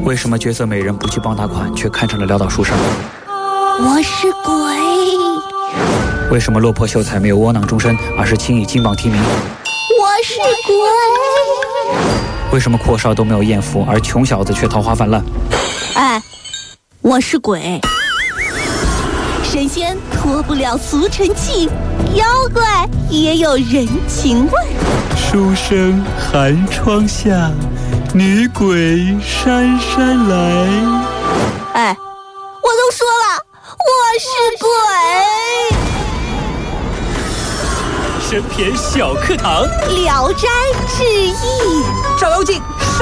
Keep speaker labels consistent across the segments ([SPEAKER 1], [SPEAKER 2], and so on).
[SPEAKER 1] 为什么绝色美人不去帮他款，却看成了潦倒书生？
[SPEAKER 2] 我是鬼。
[SPEAKER 1] 为什么落魄秀才没有窝囊终身，而是轻易金榜题名？
[SPEAKER 2] 我是鬼。
[SPEAKER 1] 为什么阔少都没有艳福，而穷小子却桃花泛滥？
[SPEAKER 2] 哎，我是鬼。神仙脱不了俗尘气，妖怪也有人情味。
[SPEAKER 1] 书生寒窗下，女鬼姗姗来。
[SPEAKER 2] 哎，我都说了，我是鬼。
[SPEAKER 1] 神篇小课堂，
[SPEAKER 2] 聊斋志异，
[SPEAKER 1] 照妖镜收。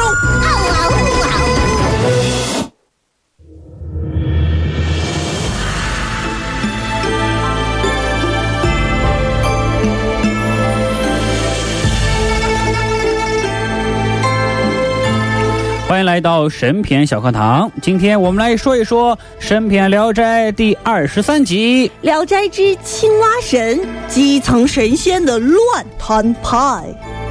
[SPEAKER 1] 欢迎来到神篇小课堂，今天我们来说一说神篇聊斋第23集，
[SPEAKER 2] 聊斋之青蛙神，基层神仙的乱摊派。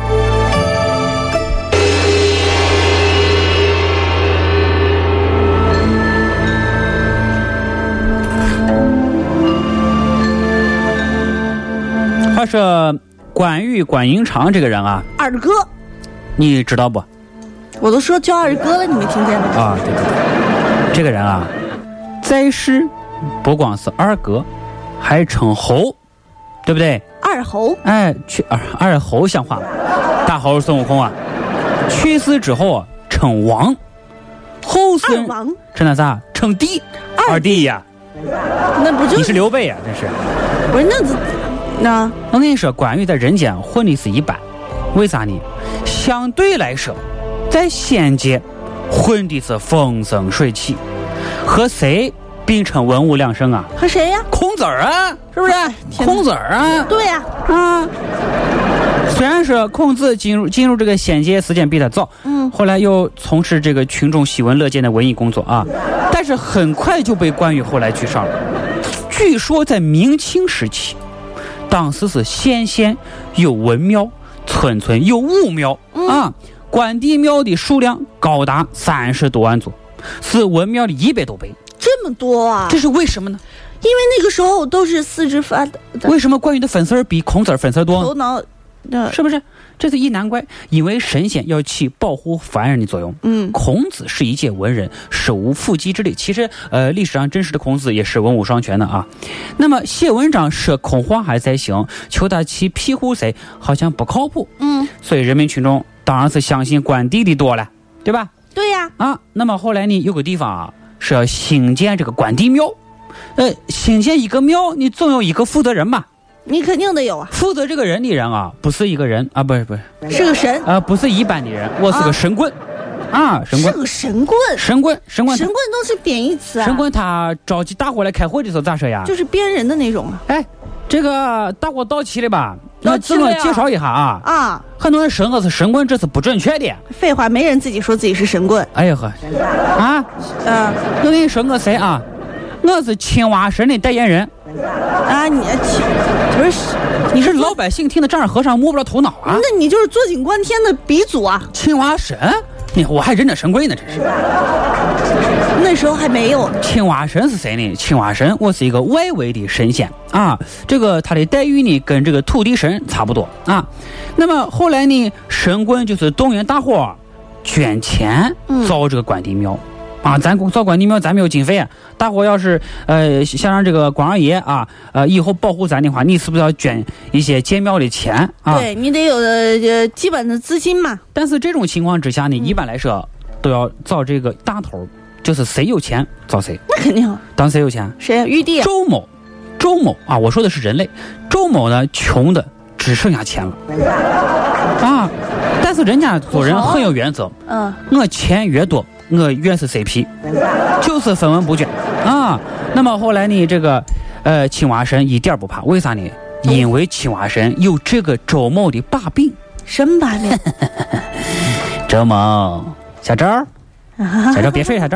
[SPEAKER 1] 话说管营长这个人啊，
[SPEAKER 2] 二哥，
[SPEAKER 1] 你知道不？
[SPEAKER 2] 我都说叫二哥了，你没听见吗？
[SPEAKER 1] 啊，对，这个人啊，在世不光是二哥，还称侯，对不对？
[SPEAKER 2] 二侯，
[SPEAKER 1] 哎，二侯像话吗？大猴孙悟空啊，去世之后啊，称王，后孙称那啥？称帝，二弟呀。
[SPEAKER 2] 那不就
[SPEAKER 1] 你是刘备呀？真是。
[SPEAKER 2] 不是那
[SPEAKER 1] 我跟你说，关羽在人间混的是一般，为啥呢？相对来说，在仙界混的是风生水起，和谁并称文武两圣啊？
[SPEAKER 2] 和谁呀？
[SPEAKER 1] 孔子啊，是不是？孔子啊，
[SPEAKER 2] 对呀，
[SPEAKER 1] 啊。虽然说孔子进入这个仙界时间比他早，后来又从事这个群众喜闻乐见的文艺工作啊，但是很快就被关羽后来居上了。据说在明清时期，当时是县有文庙，村有武庙啊。关帝庙的数量高达30多万座，是文庙的100多倍。
[SPEAKER 2] 这么多啊！
[SPEAKER 1] 这是为什么呢？
[SPEAKER 2] 因为那个时候都是四肢发达。
[SPEAKER 1] 为什么关羽的粉丝比孔子粉丝多？
[SPEAKER 2] 头脑
[SPEAKER 1] 是不是？这是一难怪，因为神仙要起保护凡人的作用。孔子是一介文人，手无缚鸡之力。其实，历史上真实的孔子也是文武双全的啊。那么写文章说空话还在行，求他起庇护谁，好像不靠谱。所以人民群众当然是相信关帝的多了，对吧？
[SPEAKER 2] 对呀。
[SPEAKER 1] 啊，那么后来呢，有个地方啊是要兴建这个关帝庙。兴建一个庙，你总有一个负责人吧？
[SPEAKER 2] 你肯定得有啊！
[SPEAKER 1] 负责这个人的人啊，不是一个人啊，不是，
[SPEAKER 2] 是个神
[SPEAKER 1] 啊，不是一般的人，我是个神棍啊，神棍
[SPEAKER 2] 是个神棍，
[SPEAKER 1] 神棍
[SPEAKER 2] 都是贬义词啊！
[SPEAKER 1] 神棍他召集大伙来开会的时候咋说呀？
[SPEAKER 2] 就是编人的那种啊！
[SPEAKER 1] 哎，这个大伙到齐了吧？那自我介绍一下啊！很多人说我是神棍，这是不准确的。
[SPEAKER 2] 废话，没人自己说自己是神棍。
[SPEAKER 1] 哎呀呵，啊，我跟你说我谁啊？我是青蛙神的代言人
[SPEAKER 2] 啊！
[SPEAKER 1] 你是老百姓听得丈二和尚摸不着头脑啊？
[SPEAKER 2] 那你就是坐井观天的鼻祖啊！
[SPEAKER 1] 青蛙神，我还忍者神龟呢，真是。
[SPEAKER 2] 那时候还没有。
[SPEAKER 1] 青蛙神是谁呢？青蛙神，我是一个外围的神仙啊。这个他的待遇呢，跟这个土地神差不多啊。那么后来呢，神棍就是动员大伙捐钱造这个关帝庙。咱造关帝庙咱没有经费啊，大伙要是想让这个关二爷啊以后保护咱的话，你是不是要捐一些建庙的钱啊？
[SPEAKER 2] 对，你得有基本的资金嘛。
[SPEAKER 1] 但是这种情况之下呢，一般来说都要造这个大头，就是谁有钱造谁。
[SPEAKER 2] 那肯定。
[SPEAKER 1] 当谁有钱？
[SPEAKER 2] 谁啊？玉帝啊。
[SPEAKER 1] 周某啊，我说的是人类。周某呢，穷的只剩下钱了啊，但是人家做人很有原则。我钱越多，我越是 CP， 就是分文不捐啊。那么后来呢，这个青蛙神一点不怕，为啥呢？因为青蛙神有这个周某的把柄。
[SPEAKER 2] 什么把柄？
[SPEAKER 1] 周某，小周，别睡，小周，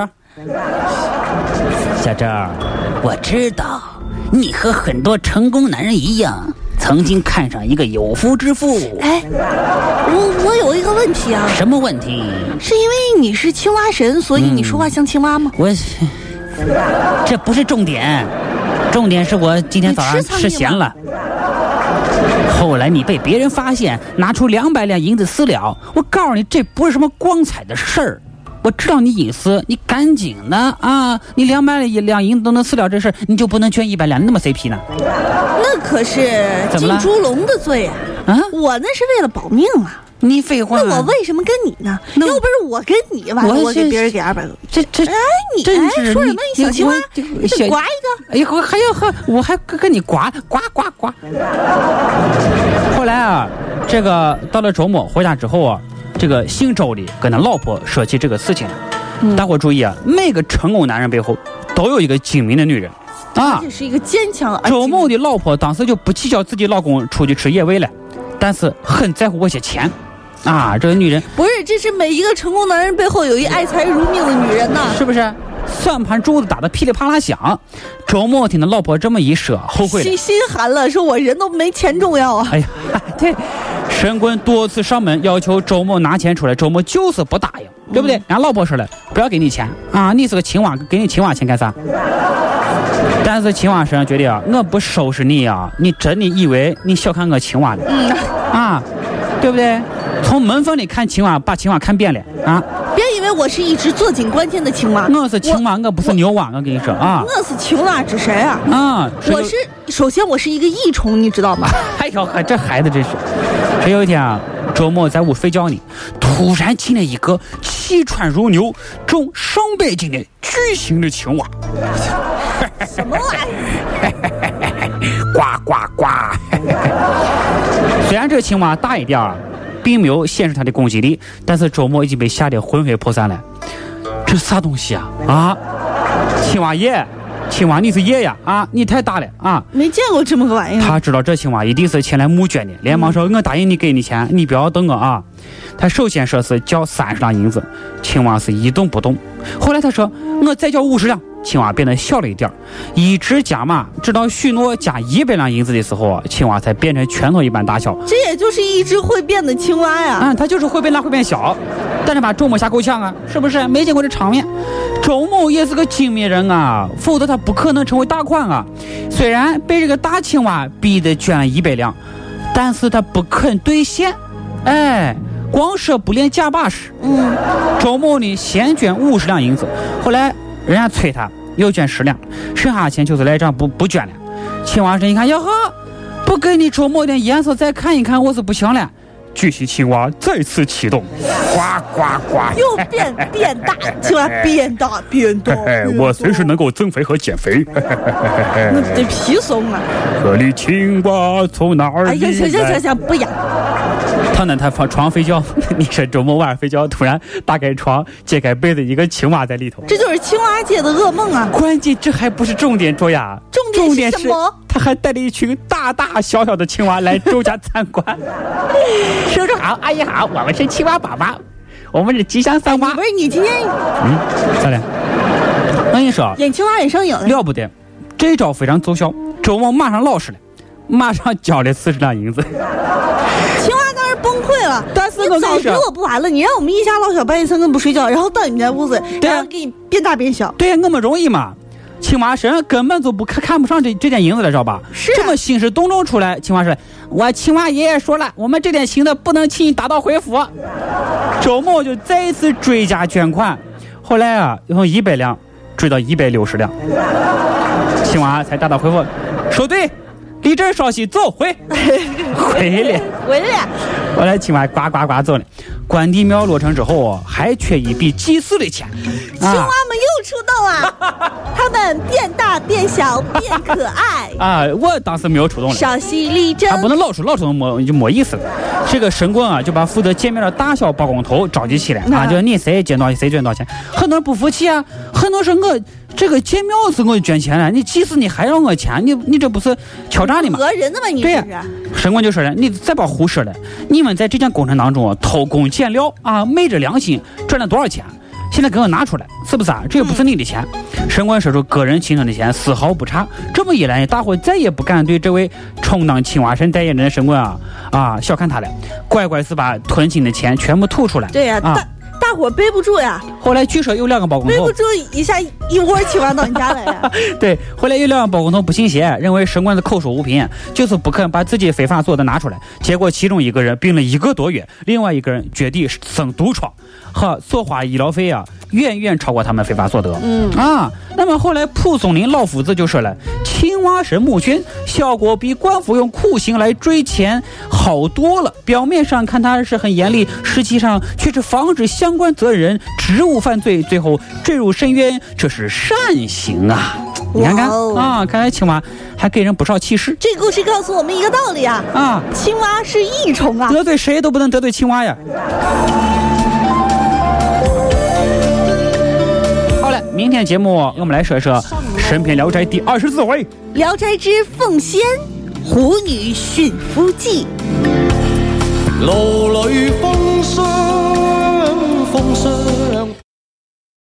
[SPEAKER 1] 我知道你和很多成功男人一样， 曾经看上一个有夫之妇。
[SPEAKER 2] 哎，我有一个问题啊。
[SPEAKER 1] 什么问题？
[SPEAKER 2] 是因为你是青蛙神，所以你说话像青蛙吗？
[SPEAKER 1] 这不是重点，重点是我今天早上吃咸了。后来你被别人发现，拿出200两银子私了。我告诉你，这不是什么光彩的事儿。我知道你隐私，你赶紧的啊！你200两银子都能私了这事儿，你就不能捐100两，那么 CP 呢？
[SPEAKER 2] 那可是进猪笼的罪啊！我那是为了保命啊！
[SPEAKER 1] 你废话！
[SPEAKER 2] 那我为什么跟你呢？要不是我跟你完了，我给别人给200个。哎，你
[SPEAKER 1] 真是
[SPEAKER 2] 说什么？你小青蛙，你得刮一个。
[SPEAKER 1] 哎呀，我还跟你刮。后来啊，这个到了周末回家之后啊，这个姓周的跟他老婆说起这个事情了。大伙注意啊，每个成功男人背后都有一个精明的女人啊。
[SPEAKER 2] 这是一个坚强。
[SPEAKER 1] 周某的老婆当时就不计较自己老公出去吃野味了，但是很在乎我些钱。啊，这个女人
[SPEAKER 2] 不是，这是每一个成功男人背后有一爱财如命的女人呐，
[SPEAKER 1] 是不是？算盘珠子打得噼里啪啦响。周末听到老婆这么一说，后悔了，
[SPEAKER 2] 心寒了，说我人都没钱重要啊。
[SPEAKER 1] 哎呀，对，神棍多次上门要求周某拿钱出来，周某就是不答应，对不对？人家老婆说了，不要给你钱啊，你是个青蛙，给你青蛙钱干啥？但是青蛙身上觉得啊，我不收拾你啊，你真的以为你小看我青蛙了？啊，对不对？从门缝里看青蛙，把青蛙看扁了啊！
[SPEAKER 2] 别以为我是一只坐井观天的青蛙，
[SPEAKER 1] 我是青蛙，我不是牛蛙，我跟你说啊，
[SPEAKER 2] 我是青蛙之神啊！
[SPEAKER 1] 啊，
[SPEAKER 2] 首先我是一个益虫，你知道吗？
[SPEAKER 1] 哎呦呵，这孩子真是。这有一天啊，周末在屋睡觉呢，突然进来一个气喘如牛、重200斤的巨型的青蛙。
[SPEAKER 2] 什么玩意
[SPEAKER 1] 儿？呱呱呱！虽然这个青蛙大一点儿，并没有显示它的攻击力，但是周末已经被吓得魂飞魄散了。这啥东西啊？啊，青蛙爷，青蛙你是爷呀？啊，你太大了啊！
[SPEAKER 2] 没见过这么个玩意儿。
[SPEAKER 1] 他知道这青蛙一定是前来募捐的，连忙说：“我答应你给你钱，你不要等我啊。”他首先说是交30两银子，青蛙是一动不动。后来他说：“我再交50两。”青蛙变得小了一点，一直加码，直到许诺加100两银子的时候，青蛙才变成拳头一般大小。
[SPEAKER 2] 这也就是一只会变的青蛙呀！
[SPEAKER 1] 它就是会变大会变小，但是把周某吓够呛啊，是不是？没见过这场面。周某也是个精明人啊，否则他不可能成为大款啊。虽然被这个大青蛙逼得捐了100两，但是他不肯兑现，哎，光说不练假把式。周某呢先捐50两银子，后来人家催他又捐10两，剩下钱就是来账不捐了。青蛙神一看，哟呵，不给你周某点颜色再看一看，我是不行了。巨型青蛙再次启动，呱呱呱，
[SPEAKER 2] 又变大，青蛙变大。
[SPEAKER 1] 我随时能够增肥和减肥。
[SPEAKER 2] 我的皮松啊！
[SPEAKER 1] 河里青蛙从哪儿来？
[SPEAKER 2] 哎呀，行，不养。
[SPEAKER 1] 他呢，他床睡觉，你说周末晚上睡觉，突然打开床，揭开被子，一个青蛙在里头，
[SPEAKER 2] 这就是青蛙界的噩梦啊！
[SPEAKER 1] 关键这还不是重点，卓雅，
[SPEAKER 2] 重点是什么？
[SPEAKER 1] 他还带了一群大大小小的青蛙来周家参观。叔叔好，阿姨好，我们是青蛙宝宝，我们是吉祥三蛙。
[SPEAKER 2] 不是你今天
[SPEAKER 1] 咋的？我跟你说，
[SPEAKER 2] 演青蛙演上瘾
[SPEAKER 1] 了不得，这招非常奏效，周末马上老实了，马上交了40两银子。
[SPEAKER 2] 青蛙当时崩溃了，
[SPEAKER 1] 但是
[SPEAKER 2] 你早给我不完了，你让我们一家老小半夜3更不睡觉，然后到你们家屋子，然后给你变大变小。
[SPEAKER 1] 对，那么容易嘛？青蛙神根本就看不上这点银子了，知道吧？
[SPEAKER 2] 是
[SPEAKER 1] 这么兴师动众出来，青蛙说：“我青蛙爷爷说了，我们这点行的不能轻易打道回府。”周某就再一次追加捐款，后来啊，从100两追到160两，青蛙才打道回府，说对。立正稍息，走回了。后来青蛙呱呱呱走了。关帝庙落成之后，还缺一笔祭祀的钱。
[SPEAKER 2] 青蛙们又出动了，他们变大变小变可爱
[SPEAKER 1] 啊！我当时没有出动了。
[SPEAKER 2] 稍息立正，
[SPEAKER 1] 还不能老出动没意思了。这个神棍啊，就把负责见面的大小包工头召集起来啊，就是你谁捐多少钱，谁捐多少钱。很多人不服气啊，很多人说我这个建庙是我捐钱了，你祭祀你还让我钱，你这不是敲诈你吗？
[SPEAKER 2] 讹人的吗？你
[SPEAKER 1] 对呀、神棍就说了，你再别胡说了，你们在这件工程当中偷工减料啊，昧着良心赚了多少钱？ 现在给我拿出来，是不是啊？这又不是你的钱。神官说出个人亲生的钱丝毫不差。这么一来，大伙再也不敢对这位充当青蛙神代言人的神官小看他了，乖乖是把吞进的钱全部吐出来。
[SPEAKER 2] 对呀，大伙背不住呀。
[SPEAKER 1] 后来据说有2个包工头
[SPEAKER 2] 背不住，一下一窝青蛙到你家来呀。
[SPEAKER 1] 对，后来有2个包工头不信邪，认为神官是口说无凭，就是不肯把自己非法做的拿出来。结果其中一个人病了1个多月，另外一个人绝地生毒疮，和所花医疗费远远超过他们非法所得。那么后来蒲松龄老夫子就说了，青蛙神募捐效果比官府用酷刑来追钱好多了。表面上看他是很严厉，实际上却是防止相关责任人职务犯罪，最后坠入深渊，这是善行啊！你看看看来青蛙还给人不少启示。
[SPEAKER 2] 这个故事告诉我们一个道理青蛙是益虫啊，
[SPEAKER 1] 得罪谁都不能得罪青蛙呀。好了，明天节目我们来说说神篇聊斋第24回《
[SPEAKER 2] 聊斋之凤仙狐女驯夫记》。